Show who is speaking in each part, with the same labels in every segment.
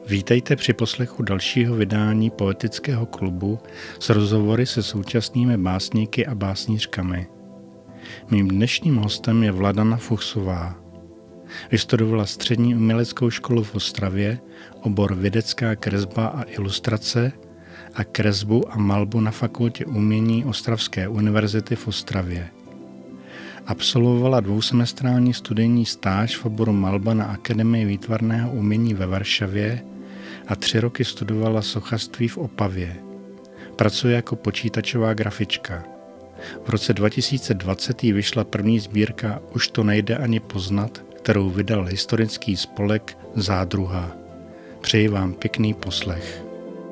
Speaker 1: Vítejte při poslechu dalšího vydání Poetického klubu s rozhovory se současnými básníky a básnířkami. Mým dnešním hostem je Vladana Fuchsová. Vystudovala střední uměleckou školu v Ostravě, obor vědecká kresba a ilustrace a kresbu a malbu na Fakultě umění Ostravské univerzity v Ostravě. Absolvovala dvousemestrální studijní stáž v oboru malba na Akademii výtvarného umění ve Varšavě a 3 roky studovala sochařství v Opavě. Pracuje jako počítačová grafička. V roce 2020 jí vyšla první sbírka Už to nejde ani poznat, kterou vydal historický spolek Zádruha. Přeji vám pěkný poslech.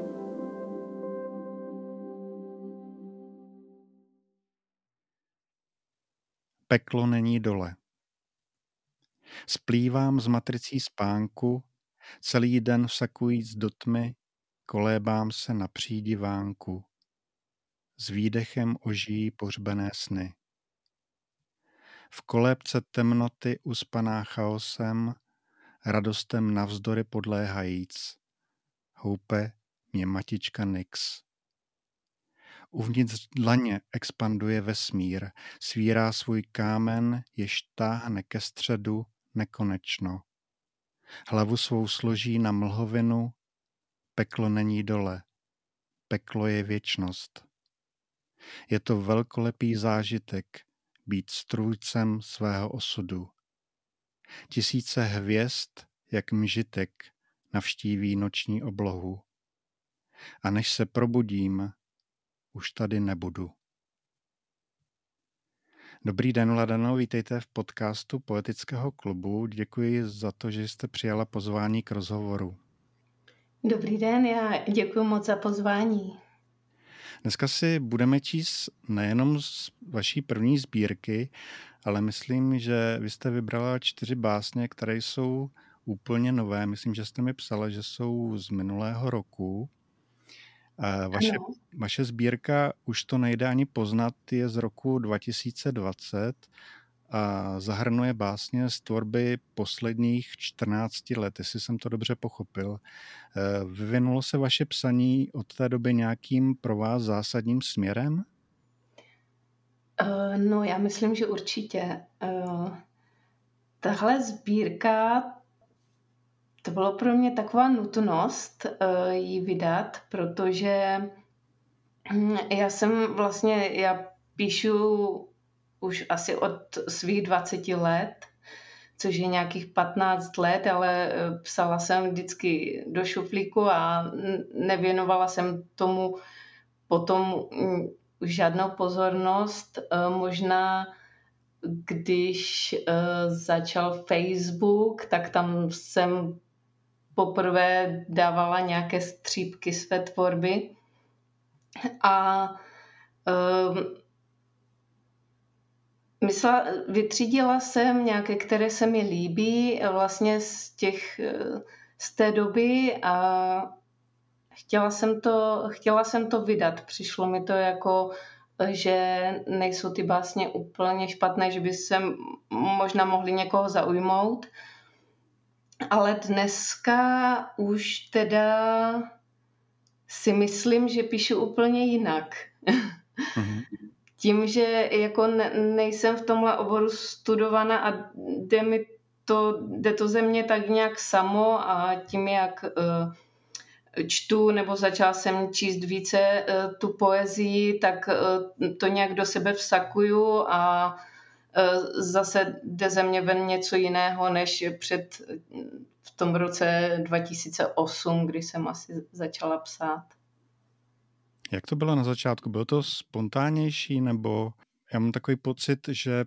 Speaker 1: Peklo není dole. Splývám z matricí spánku, celý den vsakujíc do tmy, kolébám se na přídivánku. S výdechem ožijí pohřbené sny. V kolébce temnoty uspaná chaosem, radostem navzdory podléhajíc. Houpe mě matička Nix. Uvnitř dlaně expanduje vesmír, svírá svůj kámen, jež táhne ke středu nekonečno. Hlavu svou složí na mlhovinu, peklo není dole, peklo je věčnost. Je to velkolepý zážitek být strůjcem svého osudu. Tisíce hvězd, jak mžitek, navštíví noční oblohu. A než se probudím, už tady nebudu. Dobrý den, Vladano, vítejte v podcastu Poetického klubu. Děkuji za to, že jste přijala pozvání k rozhovoru.
Speaker 2: Dobrý den, já děkuji moc za pozvání.
Speaker 1: Dneska si budeme číst nejenom z vaší první sbírky, ale myslím, že vy jste vybrala 4 básně, které jsou úplně nové. Myslím, že jste mi psala, že jsou z minulého roku. Vaše sbírka Už to nejde ani poznat je z roku 2020 a zahrnuje básně z tvorby posledních 14 let, jestli jsem to dobře pochopil. Vyvinulo se vaše psaní od té doby nějakým pro vás zásadním směrem?
Speaker 2: No, já myslím, že určitě. Tahle sbírka, to bylo pro mě taková nutnost ji vydat, protože já píšu už asi od svých 20 let, což je nějakých 15 let, ale psala jsem vždycky do šuflíku a nevěnovala jsem tomu potom už žádnou pozornost. Možná když začal Facebook, tak tam jsem poprvé dávala nějaké střípky své tvorby a vytřídila jsem nějaké, které se mi líbí vlastně z té doby a chtěla jsem to vydat. Přišlo mi to jako, že nejsou ty básně úplně špatné, že by se možná mohly někoho zaujmout. Ale dneska už teda si myslím, že píšu úplně jinak. Mm-hmm. Tím, že jako nejsem v tomhle oboru studovaná a jde to ze mě tak nějak samo a tím, jak čtu nebo začala jsem číst více tu poezii, tak to nějak do sebe vsakuju a zase jde ze mě ven něco jiného, než v tom roce 2008, kdy jsem asi začala psát.
Speaker 1: Jak to bylo na začátku? Bylo to spontánnější, nebo já mám takový pocit, že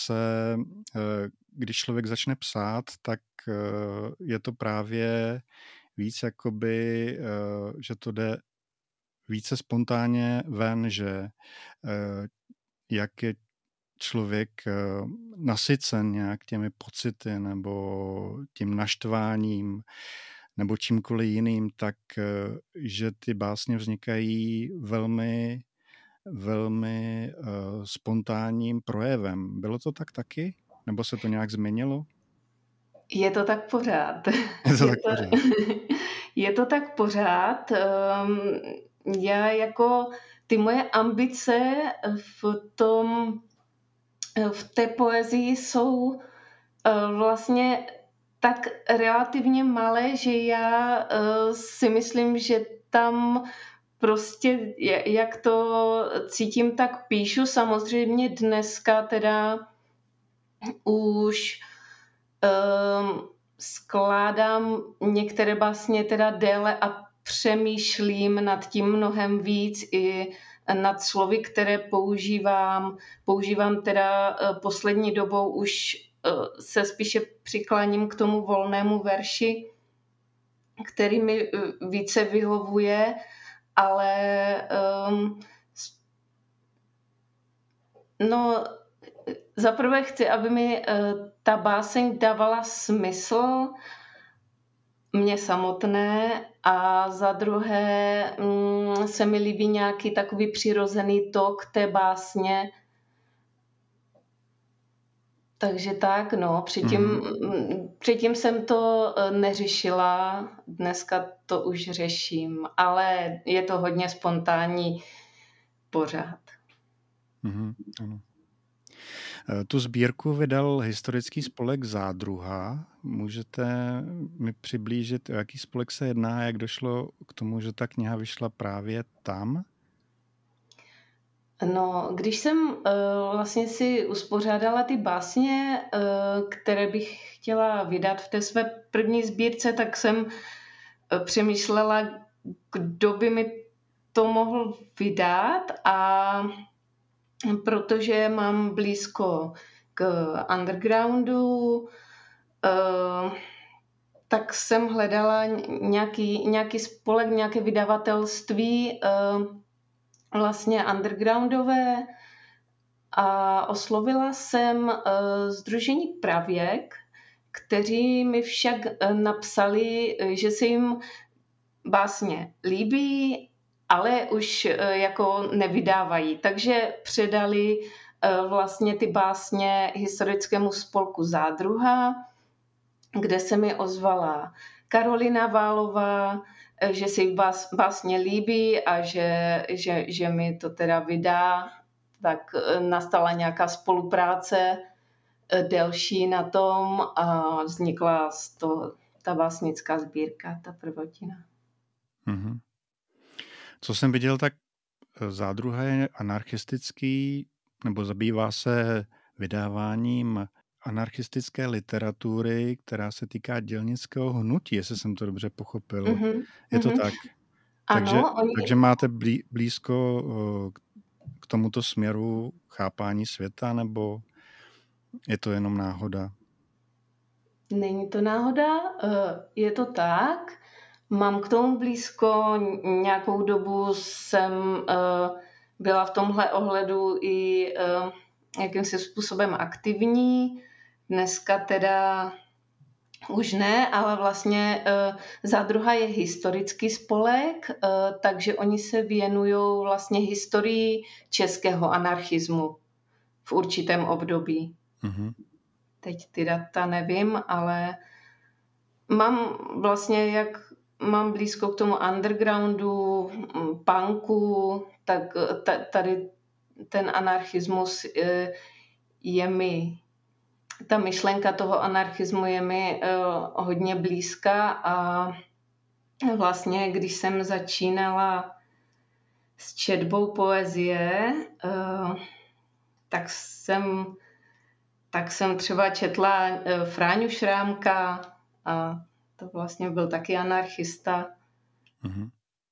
Speaker 1: když člověk začne psát, tak je to právě víc jakoby, že to jde více spontánně ven, že jak je člověk nasycen nějak těmi pocity nebo tím naštváním nebo čímkoliv jiným, tak že ty básně vznikají velmi, velmi spontánním projevem. Bylo to tak taky? Nebo se to nějak změnilo?
Speaker 2: Je to tak pořád. Je to tak pořád. Já jako ty moje ambice v té poezii jsou vlastně tak relativně malé, že já si myslím, že tam prostě, jak to cítím, tak píšu. Samozřejmě dneska teda už skládám některé básně teda déle a přemýšlím nad tím mnohem víc i nad slovy, které používám. Používám teda poslední dobou už se spíše přikláním k tomu volnému verši, který mi více vyhovuje, ale zaprvé chci, aby mi ta báseň dávala smysl mně samotné a za druhé se mi líbí nějaký takový přirozený tok té básně. Takže tak, předtím jsem to neřešila, dneska to už řeším, ale je to hodně spontánní pořád.
Speaker 1: Ano. Tu sbírku vydal historický spolek Zádruha. Můžete mi přiblížit, o jaký spolek se jedná, jak došlo k tomu, že ta kniha vyšla právě tam?
Speaker 2: No, když jsem vlastně si uspořádala ty básně, které bych chtěla vydat v té své první sbírce, tak jsem přemýšlela, kdo by mi to mohl vydat, a protože mám blízko k undergroundu, tak jsem hledala nějaký spolek, nějaké vydavatelství vlastně undergroundové a oslovila jsem sdružení Pravěk, kteří mi však napsali, že se jim básně líbí, ale už jako nevydávají. Takže předali vlastně ty básně historickému spolku Zádruha, kde se mi ozvala Karolina Válová, že se jí básně líbí a že mi to teda vydá. Tak nastala nějaká spolupráce delší na tom a vznikla z toho ta básnická sbírka, ta prvotina.
Speaker 1: Mm-hmm. Co jsem viděl, tak Zádruha je anarchistický, nebo zabývá se vydáváním anarchistické literatury, která se týká dělnického hnutí, jestli jsem to dobře pochopil. Je to tak?
Speaker 2: Ano,
Speaker 1: takže máte blízko k tomuto směru chápání světa, nebo je to jenom náhoda?
Speaker 2: Není to náhoda, je to tak. Mám k tomu blízko, nějakou dobu jsem byla v tomhle ohledu i jakýmsi způsobem aktivní. Dneska teda už ne, ale vlastně Zádruha je historický spolek, takže oni se věnují vlastně historii českého anarchismu v určitém období.
Speaker 1: Mm-hmm.
Speaker 2: Teď ty data nevím, ale mám vlastně, jak mám blízko k tomu undergroundu, punku, tak tady ten anarchismus je mi, ta myšlenka toho anarchismu je mi hodně blízká a vlastně, když jsem začínala s četbou poezie, tak jsem třeba četla Fráňu Šrámka a to vlastně byl taky anarchista.
Speaker 1: Mm-hmm.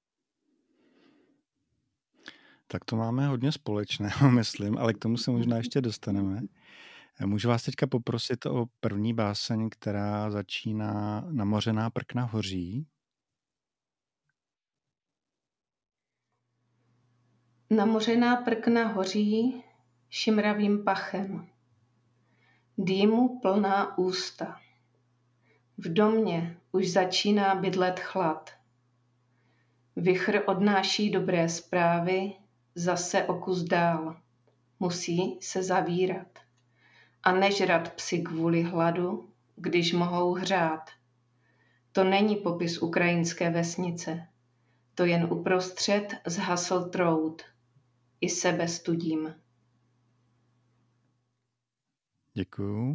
Speaker 1: Tak to máme hodně společného, myslím, ale k tomu se možná ještě dostaneme. Můžu vás teďka poprosit o první báseň, která začíná Namořená prkna hoří?
Speaker 2: Namořená prkna hoří šimravým pachem. Dýmu plná ústa. V domě už začíná bydlet chlad. Vichr odnáší dobré zprávy zase o kus dál. Musí se zavírat a nežrat psi kvůli hladu, když mohou hřát. To není popis ukrajinské vesnice. To jen uprostřed zhasl trout. I sebe studím.
Speaker 1: Děkuju.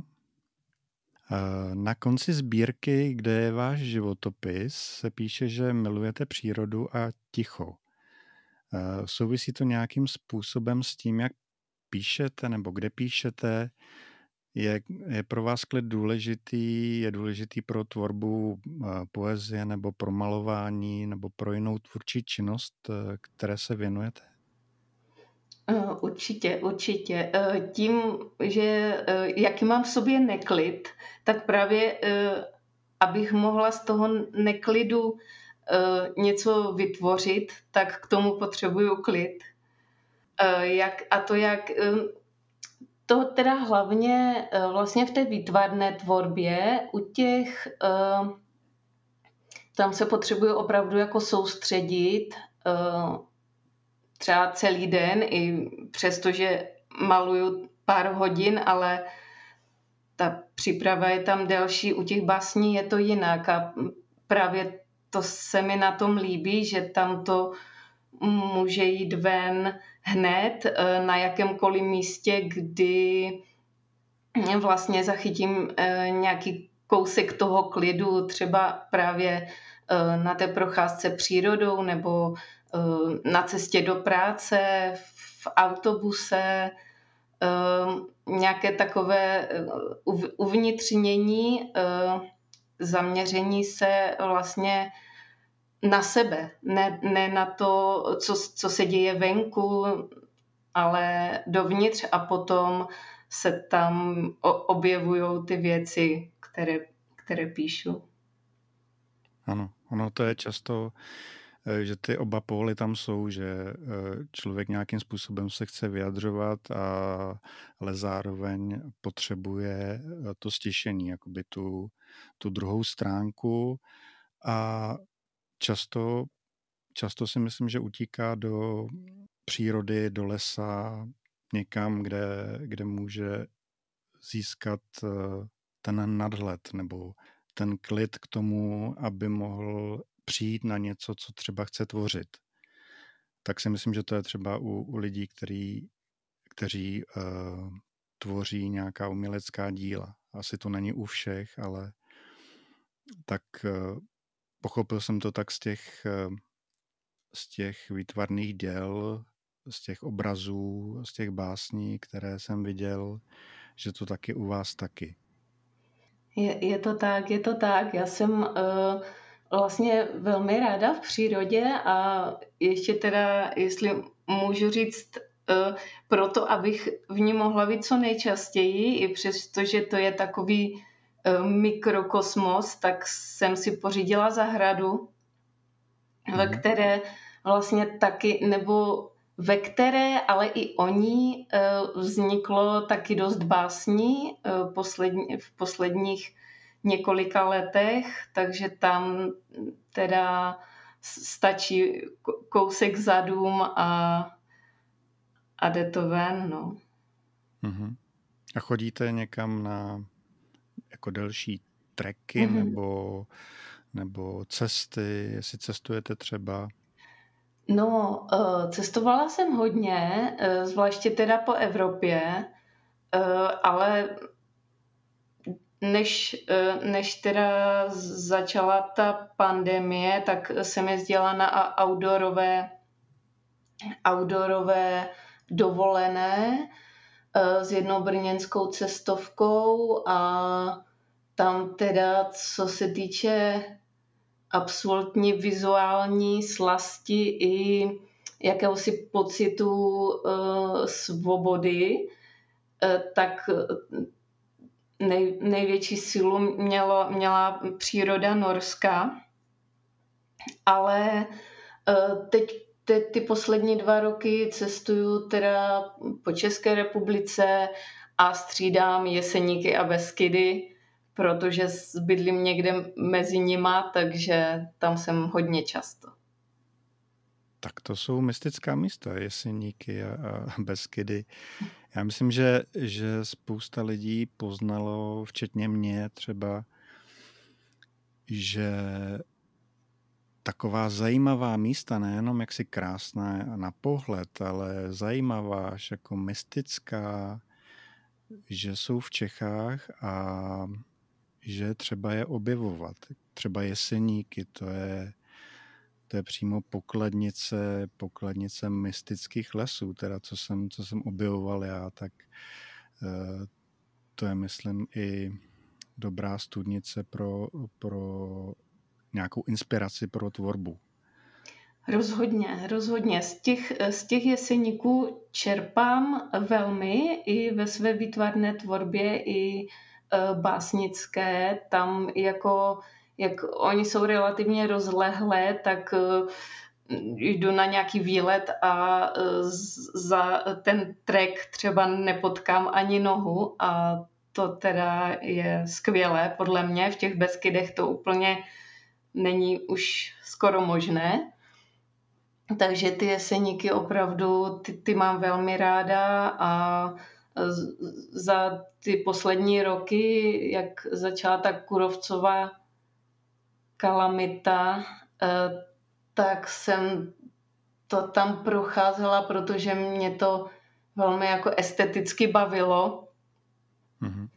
Speaker 1: Na konci sbírky, kde je váš životopis, se píše, že milujete přírodu a ticho. Souvisí to nějakým způsobem s tím, jak píšete nebo kde píšete? Je pro vás klid důležitý? Je důležitý pro tvorbu poezie nebo pro malování nebo pro jinou tvůrčí činnost, které se věnujete?
Speaker 2: Určitě. Tím, že jaký mám v sobě neklid, tak právě abych mohla z toho neklidu něco vytvořit, tak k tomu potřebuju klid. To teda hlavně vlastně v té výtvarné tvorbě, tam se potřebuju opravdu jako soustředit, třeba celý den, i přesto, že maluju pár hodin, ale ta příprava je tam delší, u těch básní je to jinak a právě to se mi na tom líbí, že tam to může jít ven hned na jakémkoliv místě, kdy vlastně zachytím nějaký kousek toho klidu, třeba právě na té procházce přírodou nebo na cestě do práce, v autobuse, nějaké takové uvnitřnění, zaměření se vlastně na sebe, ne na to, co se děje venku, ale dovnitř a potom se tam objevují ty věci, které píšu.
Speaker 1: Ano, ono to je často, že ty oba póly tam jsou, že člověk nějakým způsobem se chce vyjadřovat, ale zároveň potřebuje to stišení, jakoby tu druhou stránku a často si myslím, že utíká do přírody, do lesa, někam, kde může získat ten nadhled nebo ten klid k tomu, aby mohl přijít na něco, co třeba chce tvořit. Tak si myslím, že to je třeba u lidí, kteří tvoří nějaká umělecká díla. Asi to není u všech, ale tak pochopil jsem to tak z těch výtvarných děl, z těch obrazů, z těch básní, které jsem viděl, že to taky u vás taky.
Speaker 2: Je to tak. Já jsem vlastně velmi ráda v přírodě a ještě teda, jestli můžu říct, proto, abych v ní mohla být co nejčastěji, i přesto, že to je takový mikrokosmos, tak jsem si pořídila zahradu, ve které vlastně taky, nebo ve které, ale i o ní vzniklo taky dost básní v posledních několika letech, takže tam teda stačí kousek za dům a jde to ven, no.
Speaker 1: Uh-huh. A chodíte někam na jako delší treky nebo cesty, jestli cestujete třeba?
Speaker 2: No, cestovala jsem hodně, zvláště teda po Evropě, ale než teda začala ta pandemie, tak jsem jezdila na outdoorové dovolené s jednou brněnskou cestovkou a tam teda, co se týče absolutní vizuální slasti i jakéhosi pocitu svobody, tak největší sílu měla příroda norská. Ale teď ty poslední 2 roky cestuju teda po České republice a střídám Jeseníky a Beskydy, protože bydlím někde mezi nima, takže tam jsem hodně často.
Speaker 1: Tak to jsou mystická místa, Jeseníky a Beskydy. Já myslím, že spousta lidí poznalo, včetně mě třeba, že taková zajímavá místa, nejenom jaksi krásná na pohled, ale zajímavá, až jako mystická, že jsou v Čechách a že třeba je objevovat. Třeba Jeseníky, to je přímo pokladnice mystických lesů, teda co jsem objevoval já, tak to je, myslím, i dobrá studnice pro nějakou inspiraci pro tvorbu.
Speaker 2: Rozhodně. Z těch Jeseníků čerpám velmi i ve své výtvarné tvorbě, i básnické. Tam jako, jak oni jsou relativně rozlehlé, tak jdu na nějaký výlet a za ten trek třeba nepotkám ani nohu a to teda je skvělé. Podle mě v těch Beskydech to úplně není už skoro možné. Takže ty Jeseníky opravdu, ty mám velmi ráda a za ty poslední roky, jak začala ta kůrovcová kalamita, tak jsem to tam procházela, protože mě to velmi jako esteticky bavilo. Mm-hmm.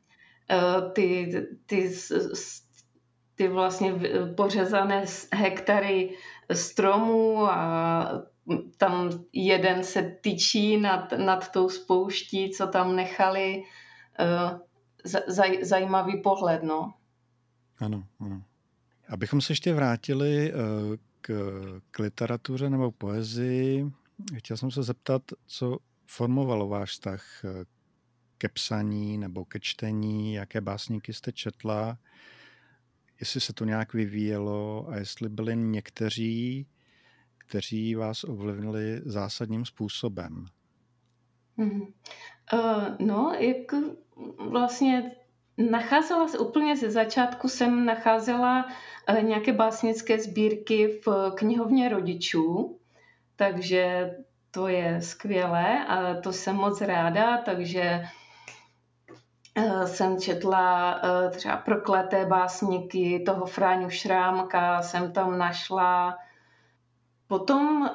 Speaker 2: Ty vlastně pořezané hektary stromů a tam jeden se tyčí nad tou spouští, co tam nechali. Zajímavý pohled, no.
Speaker 1: Ano. Abychom se ještě vrátili k literatuře nebo poezii, chtěl jsem se zeptat, co formovalo váš vztah ke psaní nebo ke čtení, jaké básníky jste četla, jestli se to nějak vyvíjelo a jestli byli někteří, kteří vás ovlivnili zásadním způsobem.
Speaker 2: No, jak vlastně nacházela se úplně ze začátku, jsem nacházela nějaké básnické sbírky v knihovně rodičů, takže to je skvělé a to jsem moc ráda, takže jsem četla třeba Prokleté básníky toho Fráňu Šrámka, jsem tam našla. Potom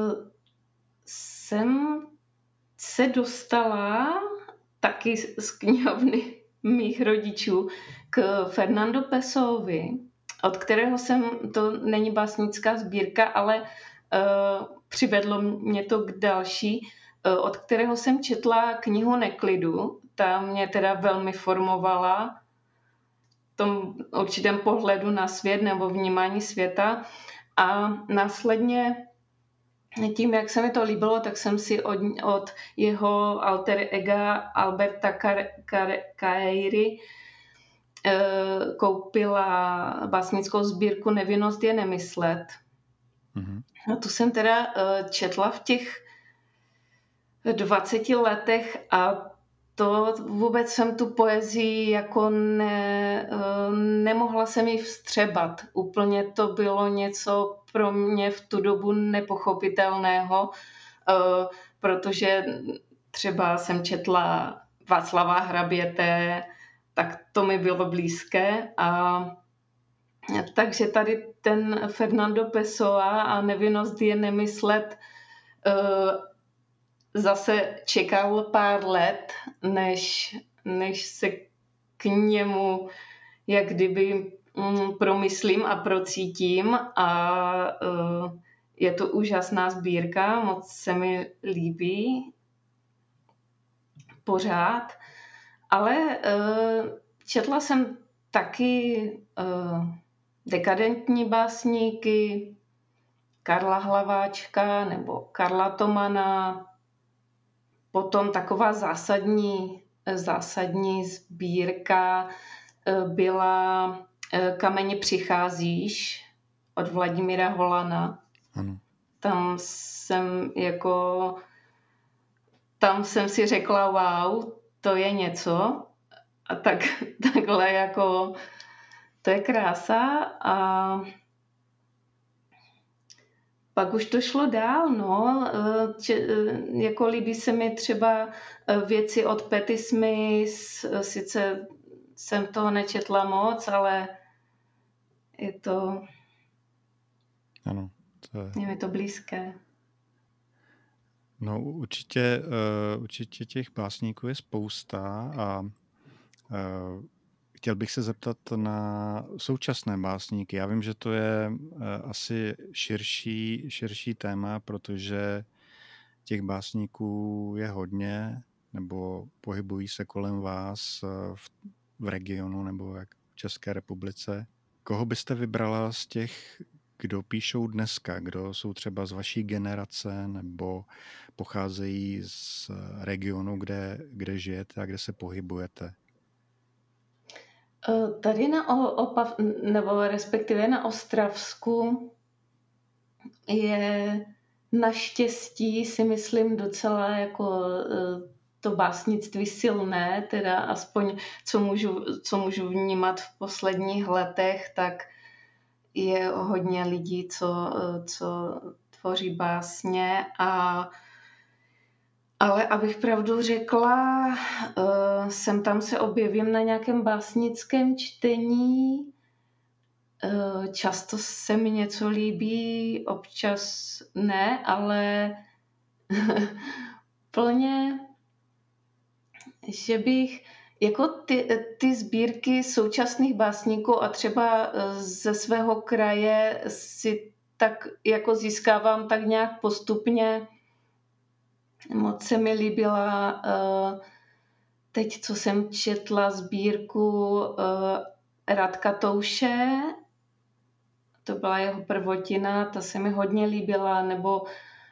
Speaker 2: jsem se dostala taky z knihovny mých rodičů k Fernando Pessoaovi, od kterého to není básnická sbírka, ale přivedlo mě to k další, od kterého jsem četla knihu Neklidu. Ta mě teda velmi formovala v tom určitém pohledu na svět nebo vnímání světa a následně tím, jak se mi to líbilo, tak jsem si od jeho alter ega Alberta Caeiry koupila básnickou sbírku Nevinnost je nemyslet. Mm-hmm. A tu jsem teda četla v těch 20 letech a to vůbec jsem tu poezii jako nemohla se mi vstřebat. Úplně to bylo něco pro mě v tu dobu nepochopitelného, protože třeba jsem četla Václava Hraběte, tak to mi bylo blízké. Takže tady ten Fernando Pessoa a Nevinnost je nemyslet zase čekal pár let, než se k němu jak kdyby promyslím a procítím a je to úžasná sbírka, moc se mi líbí pořád, ale četla jsem taky dekadentní básníky, Karla Hlaváčka nebo Karla Tomana. Potom taková zásadní sbírka byla Kameni přicházíš od Vladimíra Holana.
Speaker 1: Ano.
Speaker 2: Tam jsem si řekla, wow, to je něco. A takhle jako to je krása a pak už to šlo dál, no. Jako líbí se mi třeba věci od Patti Smith, sice jsem toho nečetla moc, ale
Speaker 1: Ano,
Speaker 2: je mi to blízké.
Speaker 1: No určitě těch básníků je spousta a chtěl bych se zeptat na současné básníky. Já vím, že to je asi širší téma, protože těch básníků je hodně, nebo pohybují se kolem vás v regionu nebo jak v České republice. Koho byste vybrala z těch, kdo píšou dneska, kdo jsou třeba z vaší generace nebo pocházejí z regionu, kde žijete a kde se pohybujete?
Speaker 2: Tady nebo respektive na Ostravsku je naštěstí, si myslím, docela jako to básnictví silné, teda aspoň co můžu vnímat v posledních letech, tak je hodně lidí, co tvoří básně ale abych pravdu řekla, sem tam se objevím na nějakém básnickém čtení. Často se mi něco líbí, občas ne, ale plně, že bych jako ty sbírky současných básníků a třeba ze svého kraje si tak jako získávám tak nějak postupně. Moc se mi líbila teď, co jsem četla sbírku Radka Touše, to byla jeho prvotina, ta se mi hodně líbila, nebo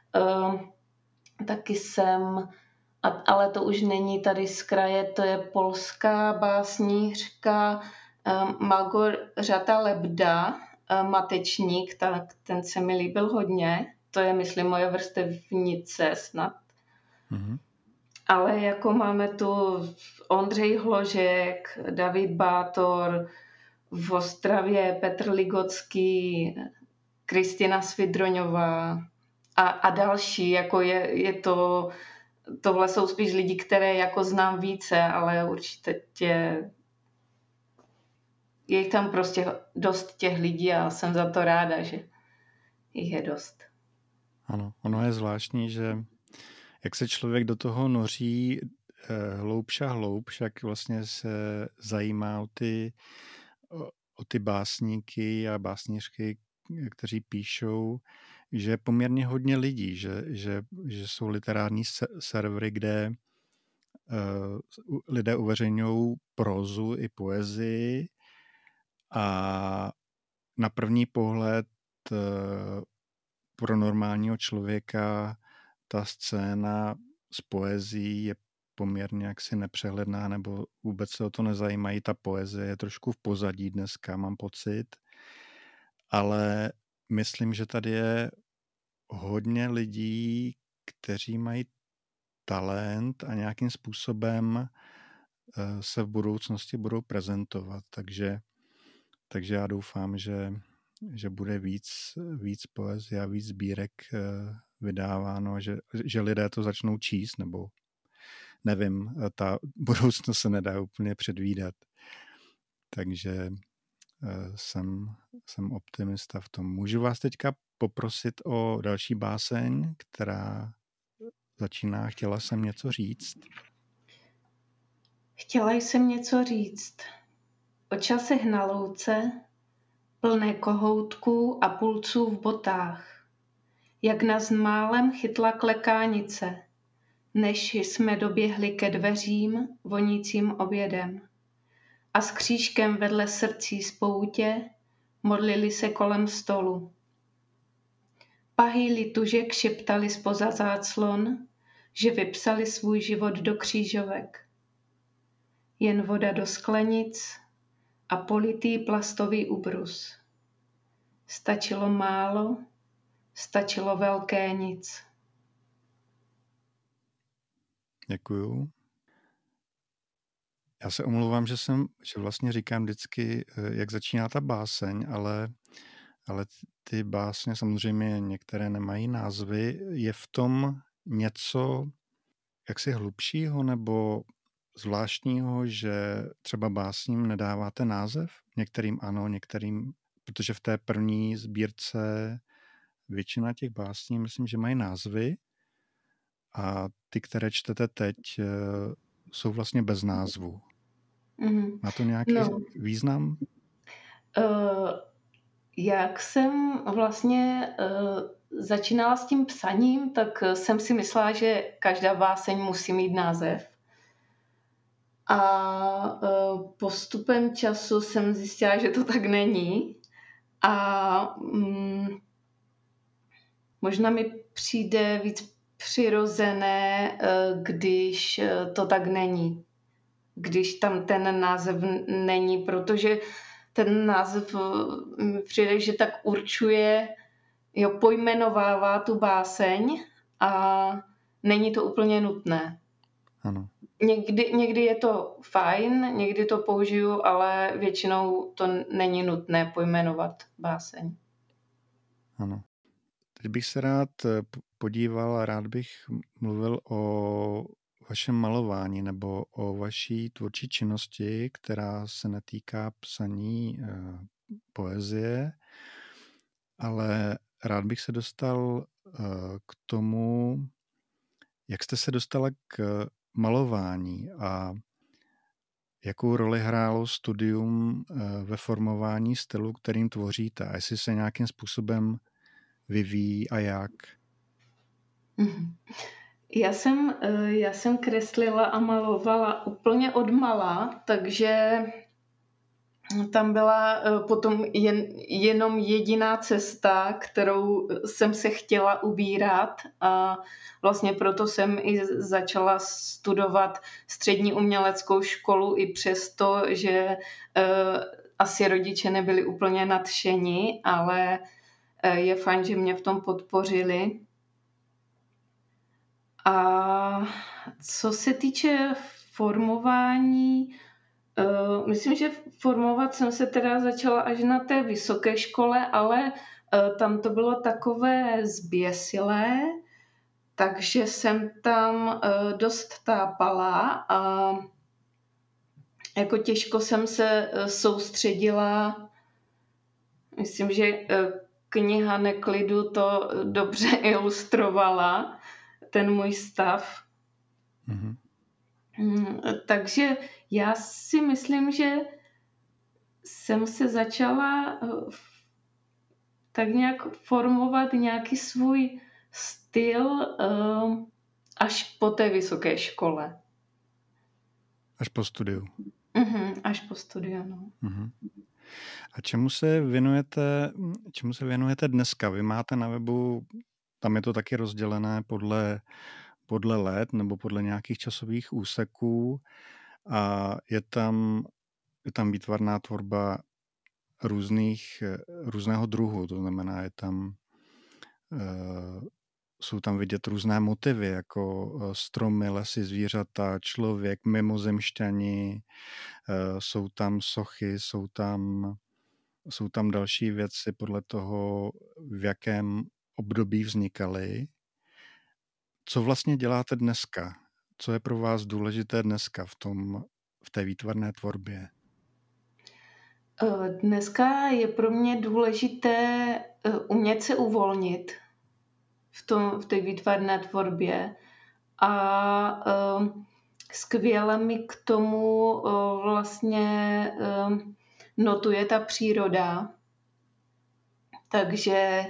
Speaker 2: taky ale to už není tady z kraje, to je polská básnířka Malgorzata Lebda, Matečník, tak ten se mi líbil hodně, to je, myslím, moje vrstevnice snad.
Speaker 1: Mm-hmm.
Speaker 2: Ale jako máme tu Ondřej Hložek, David Bátor, v Ostravě Petr Ligocký, Kristina Svidroňová a další, jako tohle jsou spíš lidi, které jako znám více, ale určitě je jich tam prostě dost těch lidí a jsem za to ráda, že jich je dost.
Speaker 1: Ano, ono je zvláštní, že jak se člověk do toho noří hloubš a hloubš, jak vlastně se zajímá o ty básníky a básnířky, kteří píšou, že je poměrně hodně lidí, že jsou literární servery, kde lidé uveřejňují prózu i poezii a na první pohled pro normálního člověka ta scéna s poezií je poměrně jaksi nepřehledná, nebo vůbec se o to nezajímají. Ta poezie je trošku v pozadí dneska, mám pocit. Ale myslím, že tady je hodně lidí, kteří mají talent a nějakým způsobem se v budoucnosti budou prezentovat. Takže já doufám, že bude víc poezie a víc sbírek vydáváno, že lidé to začnou číst, nebo nevím, ta budoucnost se nedá úplně předvídat. Takže jsem optimista v tom. Můžu vás teďka poprosit o další báseň, která začíná Chtěla jsem něco říct.
Speaker 2: Chtěla jsem něco říct. O časech na louce, plné kohoutků a pulců v botách, jak nás málem chytla klekánice, než jsme doběhli ke dveřím vonícím obědem. A s křížkem vedle srdcí spoutě modlili se kolem stolu. Pahýli tužek šeptali zpoza záclon, že vypsali svůj život do křížovek. Jen voda do sklenic a politý plastový ubrus. Stačilo málo, stačilo velké nic.
Speaker 1: Děkuju. Já se omlouvám, že vlastně říkám vždycky, jak začíná ta báseň, ale ty básně samozřejmě některé nemají názvy. Je v tom něco jaksi hlubšího nebo zvláštního, že třeba básním nedáváte název? Některým ano, některým protože v té první sbírce většina těch básní, myslím, že mají názvy a ty, které čtete teď, jsou vlastně bez názvu. Má to nějaký význam?
Speaker 2: Jak jsem vlastně začínala s tím psaním, tak jsem si myslela, že každá báseň musí mít název. A postupem času jsem zjistila, že to tak není. A možná mi přijde víc přirozené, když to tak není. Když tam ten název není, protože ten název mi přijde, že tak určuje, pojmenovává tu báseň a není to úplně nutné.
Speaker 1: Ano.
Speaker 2: Někdy je to fajn, někdy to použiju, ale většinou to není nutné pojmenovat báseň.
Speaker 1: Ano. Teď bych se rád podíval a rád bych mluvil o vašem malování nebo o vaší tvůrčí činnosti, která se netýká psaní poezie, ale rád bych se dostal k tomu, jak jste se dostala k malování a jakou roli hrálo studium ve formování stylu, kterým tvoříte, a jestli se nějakým způsobem vyvíjí a jak?
Speaker 2: Já jsem kreslila a malovala úplně od mala, takže tam byla potom jenom jediná cesta, kterou jsem se chtěla ubírat, a vlastně proto jsem i začala studovat střední uměleckou školu, i přesto, že asi rodiče nebyli úplně nadšení, ale je fajn, že mě v tom podpořili. A co se týče formování, myslím, že formovat jsem se teda začala až na té vysoké škole, ale tam to bylo takové zběsilé, takže jsem tam dost tápala a jako těžko jsem se soustředila. Myslím, že kniha Neklidu to dobře ilustrovala, ten můj stav.
Speaker 1: Mm-hmm.
Speaker 2: Takže já si myslím, že jsem se začala tak nějak formovat nějaký svůj styl až po té vysoké škole.
Speaker 1: Až po studiu.
Speaker 2: Až po studiu, no.
Speaker 1: A čemu se věnujete dneska? Vy máte na webu, tam je to taky rozdělené podle let nebo podle nějakých časových úseků a je tam výtvarná tvorba různého druhu, to znamená, jsou tam vidět různé motivy, jako stromy, lesy, zvířata, člověk, mimozemšťani, jsou tam sochy, jsou tam další věci podle toho, v jakém období vznikaly. Co vlastně děláte dneska? Co je pro vás důležité dneska v té výtvarné tvorbě?
Speaker 2: Dneska je pro mě důležité umět se uvolnit v té výtvarné tvorbě a skvěle mi k tomu vlastně notuje ta příroda. Takže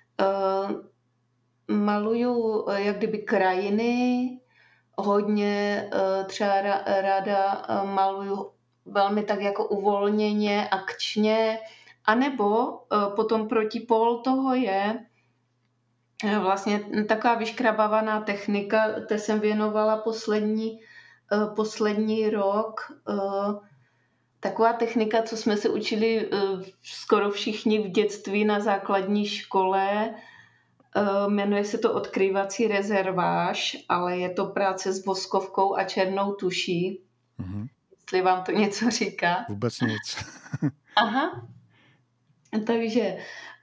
Speaker 2: maluju jak kdyby krajiny, hodně třeba ráda maluju velmi tak jako uvolněně, akčně, anebo potom protipól toho je vlastně taková vyškrabávaná technika, té jsem věnovala poslední rok. Taková technika, co jsme se učili skoro všichni v dětství na základní škole, jmenuje se to odkrývací rezerváž, ale je to práce s voskovkou a černou tuší. Jestli vám to něco říká.
Speaker 1: Vůbec nic.
Speaker 2: Aha. Takže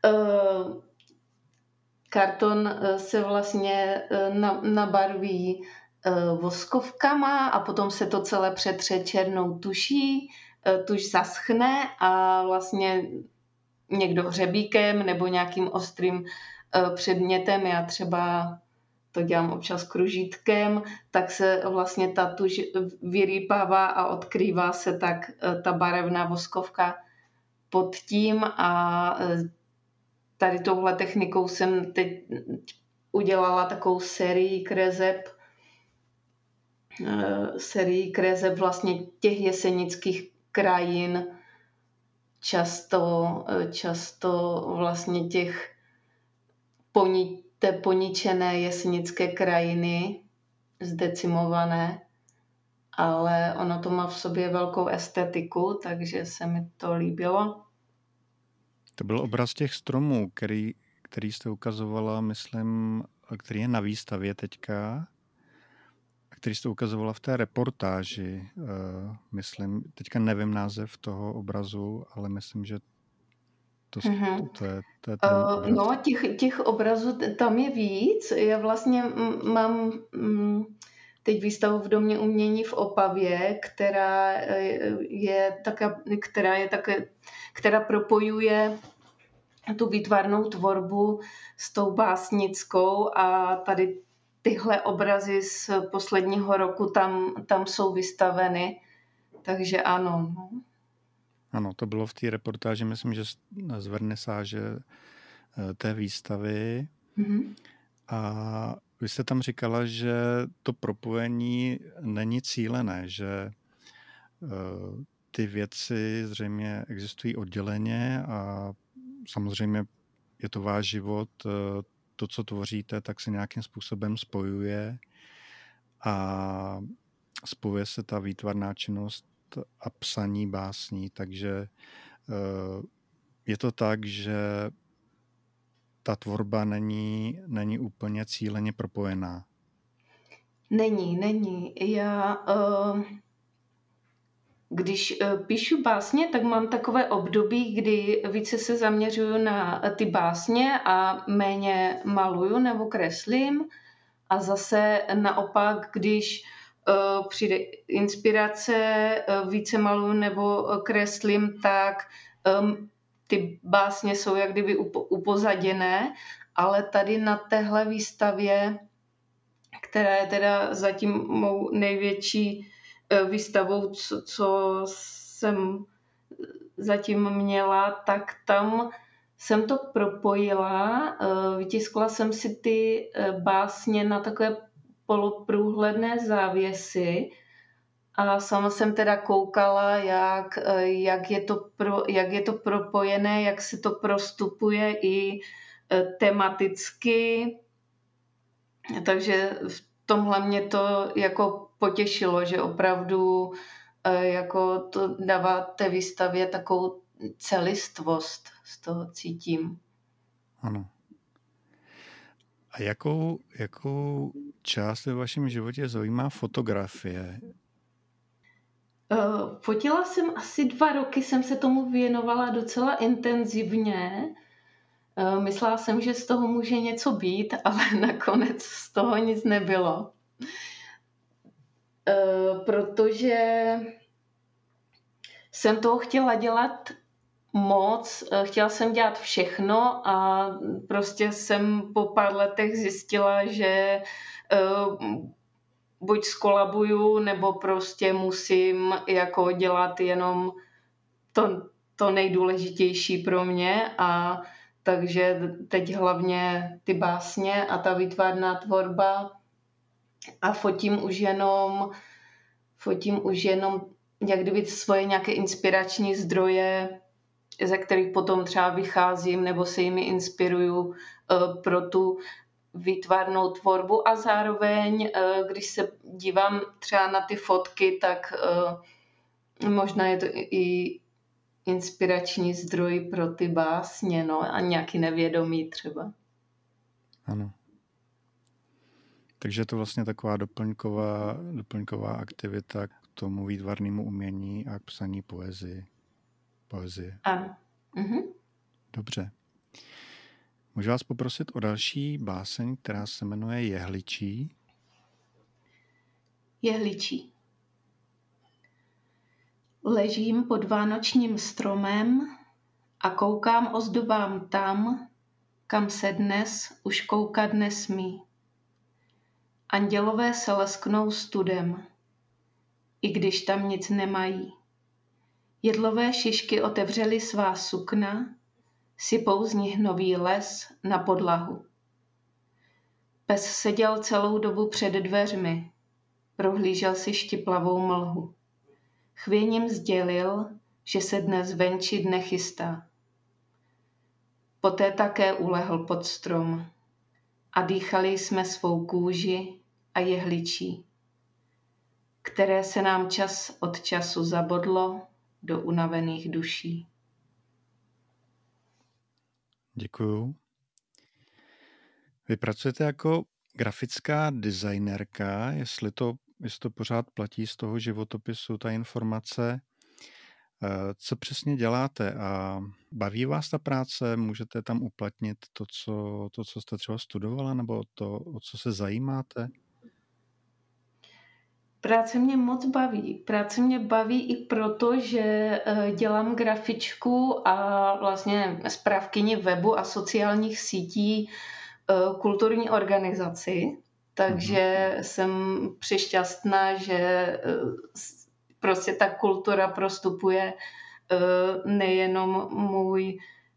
Speaker 2: karton se vlastně nabarví voskovkama a potom se to celé přetře černou tuší, tuž zaschne a vlastně někdo hřebíkem nebo nějakým ostrým předmětem. Já třeba to dělám občas kružítkem, tak se vlastně ta tuž vyrýpává a odkrývá se tak ta barevná voskovka pod tím a tady touhle technikou jsem teď udělala takovou sérii kreseb vlastně těch jesenických krajin, často vlastně těch poničené jesenické krajiny, zdecimované, ale ono to má v sobě velkou estetiku, takže se mi to líbilo.
Speaker 1: To byl obraz těch stromů, který jste ukazovala, myslím, který je na výstavě teďka, a který jste ukazovala v té reportáži, myslím, teďka nevím název toho obrazu, ale myslím, že to je ten obraz.
Speaker 2: No, těch obrazů tam je víc. Já vlastně mám teď výstavu v Domě umění v Opavě, která propojuje tu výtvarnou tvorbu s tou básnickou a tady tyhle obrazy z posledního roku tam jsou vystaveny. Takže ano.
Speaker 1: Ano, to bylo v té reportáži, myslím, že z vernisáže té výstavy.
Speaker 2: Mm-hmm.
Speaker 1: A vy jste tam říkala, že to propojení není cílené, že ty věci zřejmě existují odděleně a samozřejmě je to váš život, to, co tvoříte, tak se nějakým způsobem spojuje a spojuje se ta výtvarná činnost a psaní básní, takže je to tak, že ta tvorba není úplně cíleně propojená.
Speaker 2: Není. Já, když píšu básně, tak mám takové období, kdy více se zaměřuju na ty básně a méně maluju nebo kreslím. A zase naopak, když přijde inspirace, více maluju nebo kreslím, tak ty básně jsou jak kdyby upozaděné, ale tady na téhle výstavě, která je teda zatím mou největší výstavou, co jsem zatím měla, tak tam jsem to propojila. Vytiskla jsem si ty básně na takové poloprůhledné závěsy a sama jsem teda koukala, jak je to propojené, jak se to prostupuje i tematicky. Takže v tomhle mě to jako potěšilo, že opravdu jako to dává té výstavě takovou celistvost, z toho cítím.
Speaker 1: Ano. A jakou část ve vašem životě zajímá fotografie?
Speaker 2: Fotila jsem asi 2 roky, jsem se tomu věnovala docela intenzivně. Myslela jsem, že z toho může něco být, ale nakonec z toho nic nebylo. Protože jsem toho chtěla dělat moc, chtěla jsem dělat všechno a prostě jsem po pár letech zjistila, že buď skolabuju, nebo prostě musím jako dělat jenom to nejdůležitější pro mě a takže teď hlavně ty básně a ta výtvarná tvorba a fotím už jenom jak kdyby svoje nějaké inspirační zdroje, ze kterých potom třeba vycházím nebo se jimi inspiruju pro tu výtvarnou tvorbu a zároveň, když se dívám třeba na ty fotky, tak možná je to i inspirační zdroj pro ty básně, no, a nějaký nevědomý třeba.
Speaker 1: Ano. Takže je to vlastně taková doplňková aktivita k tomu výtvarnému umění a k psaní poezie.
Speaker 2: Ano. Mhm.
Speaker 1: Dobře. Můžu vás poprosit o další báseň, která se jmenuje Jehličí?
Speaker 2: Jehličí. Ležím pod vánočním stromem a koukám ozdobám tam, kam se dnes už koukat nesmí. Andělové se lesknou studem, i když tam nic nemají. Jedlové šišky otevřely svá sukna, sypou z nich nový les na podlahu. Pes seděl celou dobu před dveřmi, prohlížel si štiplavou mlhu. Chvěním sdělil, že se dnes venčit nechystá. Poté také ulehl pod strom a dýchali jsme svou kůži a jehličí, které se nám čas od času zabodlo do unavených duší.
Speaker 1: Děkuju. Vy pracujete jako grafická designerka, jestli to pořád platí z toho životopisu, ta informace. Co přesně děláte a baví vás ta práce? Můžete tam uplatnit to, co jste třeba studovala, nebo to, o co se zajímáte?
Speaker 2: Práce mě moc baví. Práce mě baví i proto, že dělám grafičku a vlastně správkyni webu a sociálních sítí kulturní organizaci. Takže jsem přešťastná, že prostě ta kultura prostupuje nejenom můj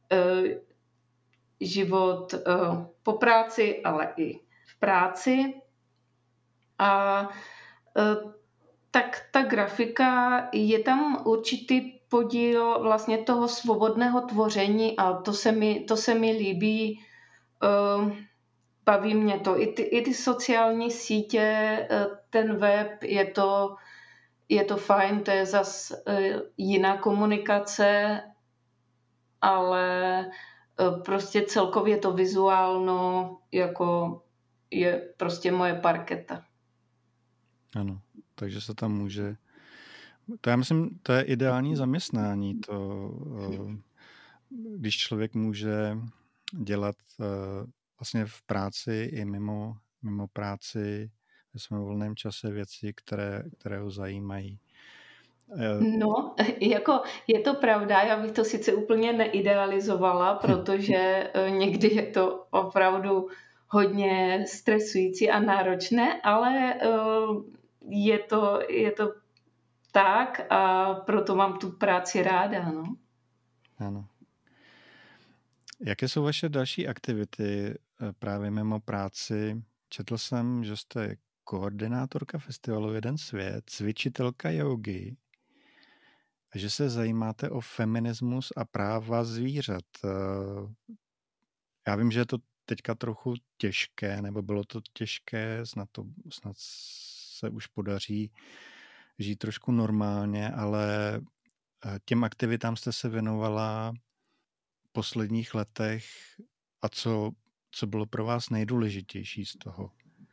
Speaker 2: život po práci, ale i v práci. A tak ta grafika, je tam určitý podíl vlastně toho svobodného tvoření a to se mi líbí. Baví mě to. I ty sociální sítě, ten web, je to fajn, to je zas jiná komunikace, ale prostě celkově to vizuálno jako je prostě moje parketa.
Speaker 1: Ano, takže se tam může... To já myslím, to je ideální zaměstnání. To, když člověk může dělat vlastně v práci i mimo práci ve svém volném čase věci, které ho zajímají.
Speaker 2: No, jako je to pravda, já bych to sice úplně neidealizovala, protože někdy je to opravdu hodně stresující a náročné, ale je to tak a proto mám tu práci ráda. No.
Speaker 1: Ano. Jaké jsou vaše další aktivity právě mimo práci? Četl jsem, že jste koordinátorka festivalu Jeden svět, cvičitelka jógy a že se zajímáte o feminismus a práva zvířat. Já vím, že je to teďka trochu těžké, nebo bylo to těžké, snad se už podaří žít trošku normálně, ale těm aktivitám jste se věnovala v posledních letech a co bylo pro vás nejdůležitější z toho?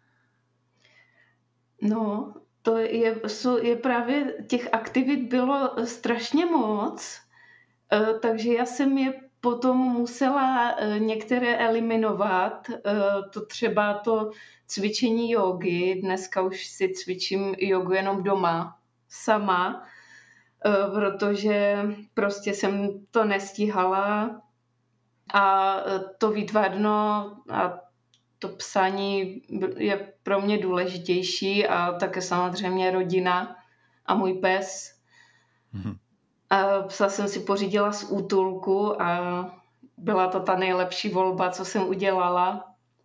Speaker 2: No, to je právě těch aktivit bylo strašně moc, takže já jsem je potom musela některé eliminovat. To třeba to cvičení jógy. Dneska už si cvičím jogu jenom doma, sama, protože prostě jsem to nestíhala. A to výtvarno a to psaní je pro mě důležitější a také samozřejmě rodina a můj pes. A psa jsem si pořídila z útulku a byla to ta nejlepší volba, co jsem udělala.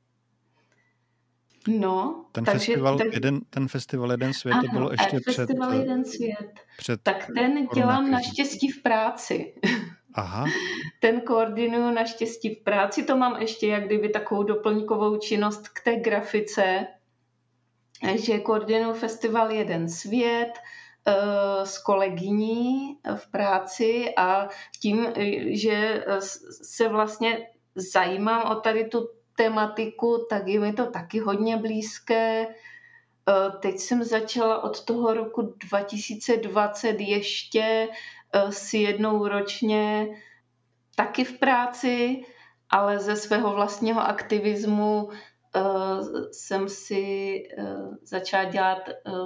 Speaker 2: No,
Speaker 1: ten festival Jeden svět,
Speaker 2: ano,
Speaker 1: to bylo ještě
Speaker 2: festival Jeden svět. Tak ten dělám naštěstí v práci.
Speaker 1: Aha.
Speaker 2: Ten koordinuju naštěstí v práci, to mám ještě jak kdyby takovou doplňkovou činnost k té grafice, že koordinuju festival Jeden svět s kolegyní v práci a tím, že se vlastně zajímám o tady tu tematiku, tak je mi to taky hodně blízké. Teď jsem začala od toho roku 2020 ještě si jednou ročně taky v práci, ale ze svého vlastního aktivismu jsem si začala dělat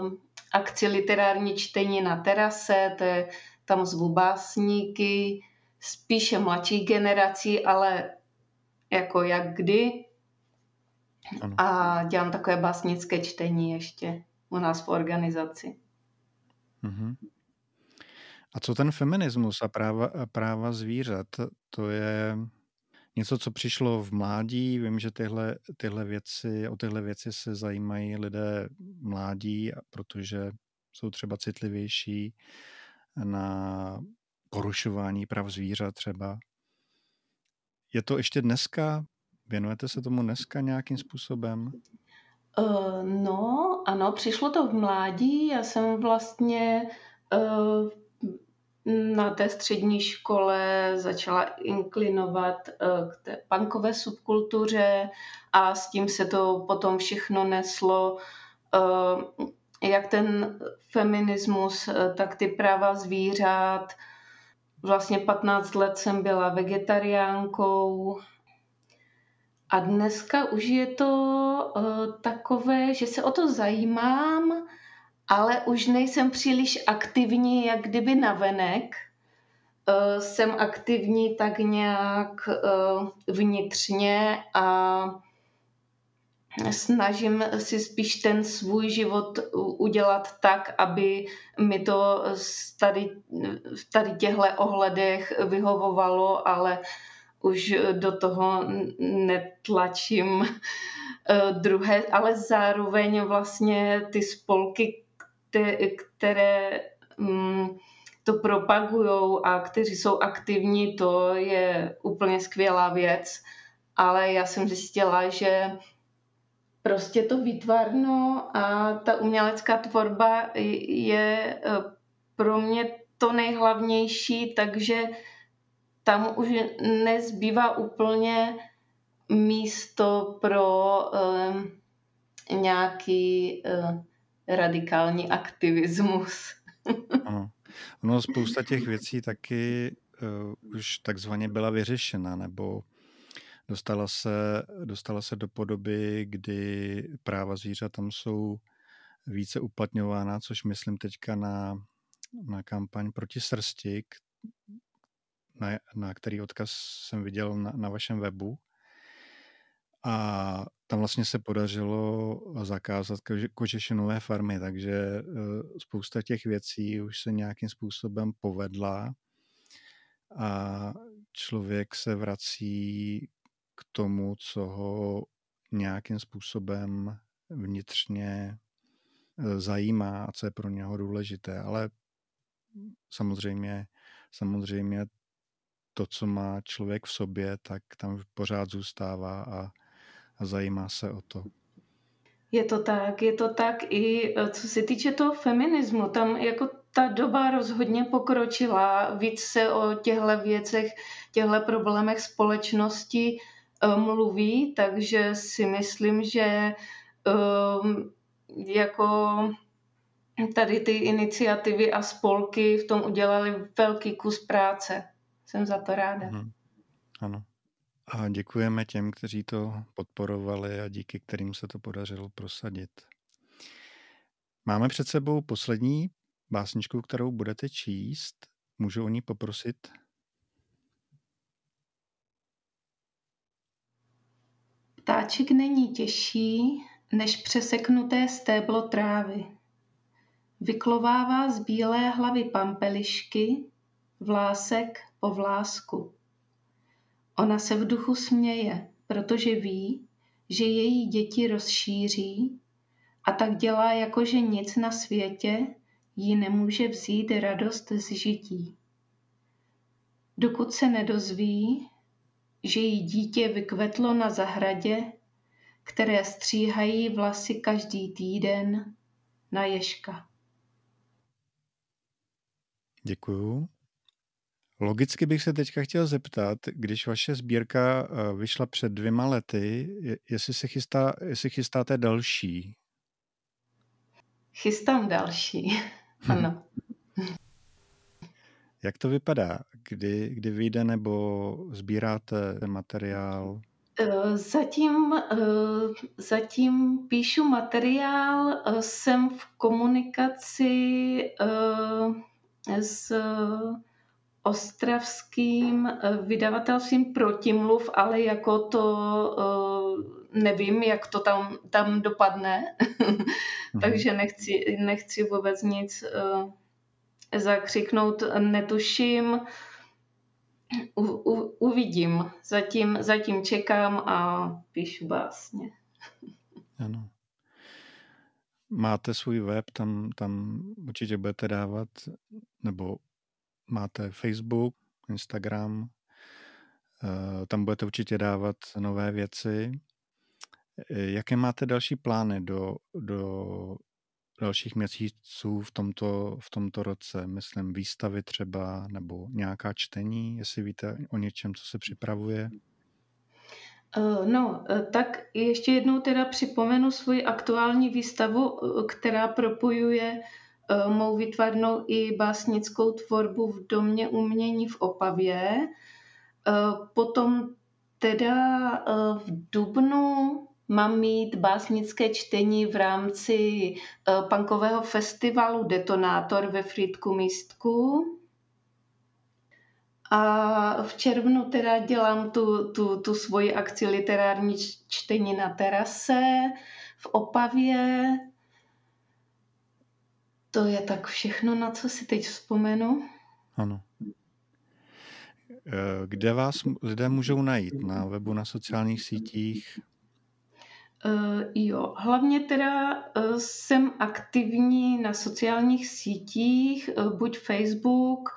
Speaker 2: akci literární čtení na terase, tam zvu básníky, spíše mladší generací, ale jako jak kdy.
Speaker 1: Ano.
Speaker 2: A dělám takové básnické čtení ještě u nás v organizaci.
Speaker 1: Mhm. A co ten feminismus a práva zvířat? To je něco, co přišlo v mládí. Vím, že o tyhle věci se zajímají lidé mládí, protože jsou třeba citlivější na porušování práv zvířat třeba. Je to ještě dneska? Věnujete se tomu dneska nějakým způsobem?
Speaker 2: No, ano, přišlo to v mládí. Já jsem vlastně na té střední škole začala inklinovat k té punkové subkultuře a s tím se to potom všechno neslo, jak ten feminismus, tak ty práva zvířat. Vlastně 15 let jsem byla vegetariánkou a dneska už je to takové, že se o to zajímám, ale už nejsem příliš aktivní, jak kdyby navenek. Jsem aktivní tak nějak vnitřně a snažím si spíš ten svůj život udělat tak, aby mi to v tady těchto ohledech vyhovovalo, ale už do toho netlačím druhé, ale zároveň vlastně ty spolky, které to propagujou a kteří jsou aktivní, to je úplně skvělá věc, ale já jsem zjistila, že prostě to výtvarno a ta umělecká tvorba je pro mě to nejhlavnější, takže tam už nezbývá úplně místo pro nějaký radikální aktivismus.
Speaker 1: Ano. Ono spousta těch věcí taky už takzvaně byla vyřešena, nebo dostala se do podoby, kdy práva zvířat tam jsou více uplatňována, což myslím teďka na kampaň proti srsti, na který odkaz jsem viděl na vašem webu. A tam vlastně se podařilo zakázat kožešinové farmy, takže spousta těch věcí už se nějakým způsobem povedla a člověk se vrací k tomu, co ho nějakým způsobem vnitřně zajímá a co je pro něho důležité. Ale samozřejmě to, co má člověk v sobě, tak tam pořád zůstává a zajímá se o to.
Speaker 2: Je to tak i co se týče toho feminismu, tam jako ta doba rozhodně pokročila, víc se o těchto věcech, těchto problémech společnosti mluví, takže si myslím, že jako tady ty iniciativy a spolky v tom udělali velký kus práce. Jsem za to ráda.
Speaker 1: Ano. A děkujeme těm, kteří to podporovali a díky kterým se to podařilo prosadit. Máme před sebou poslední básničku, kterou budete číst. Můžu o ní poprosit?
Speaker 2: Ptáček není těžší než přeseknuté stéblo trávy. Vyklovává z bílé hlavy pampelišky, vlásek po vlásku. Ona se v duchu směje, protože ví, že její děti rozšíří a tak dělá, jakože nic na světě jí nemůže vzít radost z žití. Dokud se nedozví, že jí dítě vykvetlo na zahradě, které stříhají vlasy každý týden na ježka.
Speaker 1: Děkuju. Logicky bych se teďka chtěl zeptat, když vaše sbírka vyšla před 2 lety, jestli chystáte další.
Speaker 2: Chystám další, ano.
Speaker 1: Jak to vypadá? Kdy vyjde nebo sbíráte ten materiál?
Speaker 2: Zatím píšu materiál, jsem v komunikaci s ostravským vydavatelstvím Protimluv, ale jako to nevím, jak to tam dopadne. Takže nechci vůbec nic zakřiknout, netuším. Uvidím. Zatím čekám a píšu básně.
Speaker 1: Ano. Máte svůj web, tam určitě budete dávat, nebo máte Facebook, Instagram, tam budete určitě dávat nové věci. Jaké máte další plány do dalších měsíců v tomto roce? Myslím výstavy třeba, nebo nějaká čtení, jestli víte o něčem, co se připravuje?
Speaker 2: No, tak ještě jednou teda připomenu svoji aktuální výstavu, která propojuje mou výtvarnou i básnickou tvorbu v Domě umění v Opavě. Potom teda v dubnu mám mít básnické čtení v rámci punkového festivalu Detonátor ve Frýdku Místku. A v červnu teda dělám tu svoji akci literární čtení na terase v Opavě. To je tak všechno, na co si teď vzpomenu.
Speaker 1: Ano. Kde vás lidé můžou najít? Na webu, na sociálních sítích?
Speaker 2: Jo, hlavně teda jsem aktivní na sociálních sítích, buď Facebook,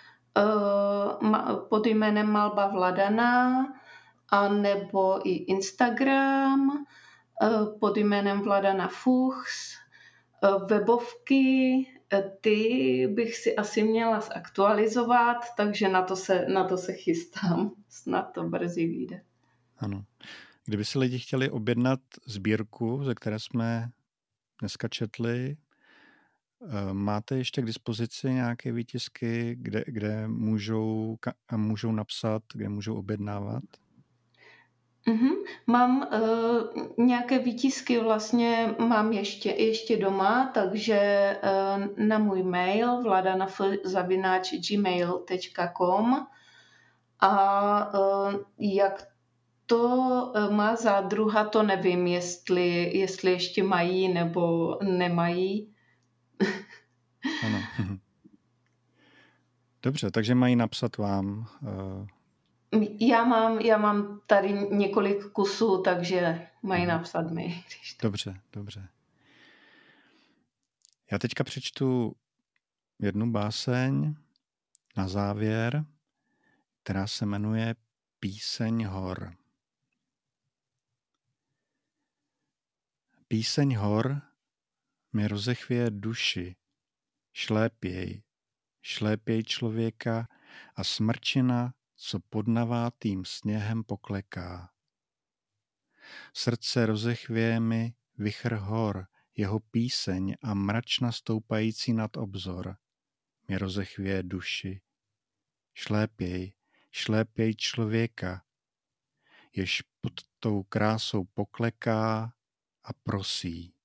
Speaker 2: pod jménem Malba Vladana, a nebo i Instagram pod jménem Vladana Fuchs, webovky, ty bych si asi měla zaktualizovat, takže na to se chystám. Snad to brzy vyjde.
Speaker 1: Ano. Kdyby si lidi chtěli objednat sbírku, ze které jsme dneska četli, máte ještě k dispozici nějaké výtisky, kde můžou napsat, kde můžou objednávat?
Speaker 2: Mám nějaké výtisky, vlastně mám ještě doma, takže na můj mail vladana@gmail.com a jak to má zádruha, to nevím, jestli ještě mají nebo nemají.
Speaker 1: Ano. Dobře, takže mají napsat vám.
Speaker 2: Já mám tady několik kusů, takže mají napsat mi.
Speaker 1: Dobře. Já teďka přečtu jednu báseň na závěr, která se jmenuje Píseň hor. Píseň hor mi rozechvěje duši, šlépěj člověka a smrčina, co pod navátým sněhem pokleká. Srdce rozechvěje mi vichr hor, jeho píseň a mračna stoupající nad obzor mi rozechvěje duši. Šlépěj člověka, jež pod tou krásou pokleká a prosí.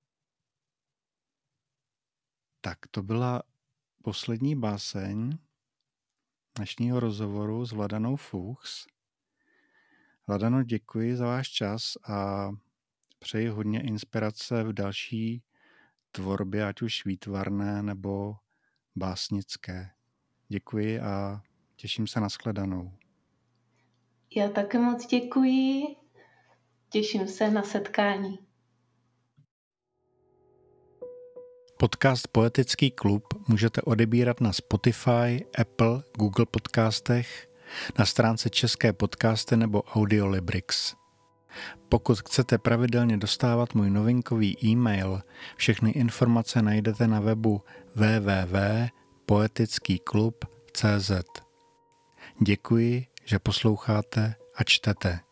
Speaker 1: Tak to byla poslední báseň dnešního rozhovoru s Vladanou Fuchs. Vladano, děkuji za váš čas a přeji hodně inspirace v další tvorbě, ať už výtvarné nebo básnické. Děkuji a těším se na shledanou.
Speaker 2: Já také moc děkuji. Těším se na setkání.
Speaker 1: Podcast Poetický klub můžete odebírat na Spotify, Apple, Google podcastech, na stránce České podcasty nebo Audiolibrix. Pokud chcete pravidelně dostávat můj novinkový e-mail, všechny informace najdete na webu www.poetickýklub.cz. Děkuji, že posloucháte a čtete.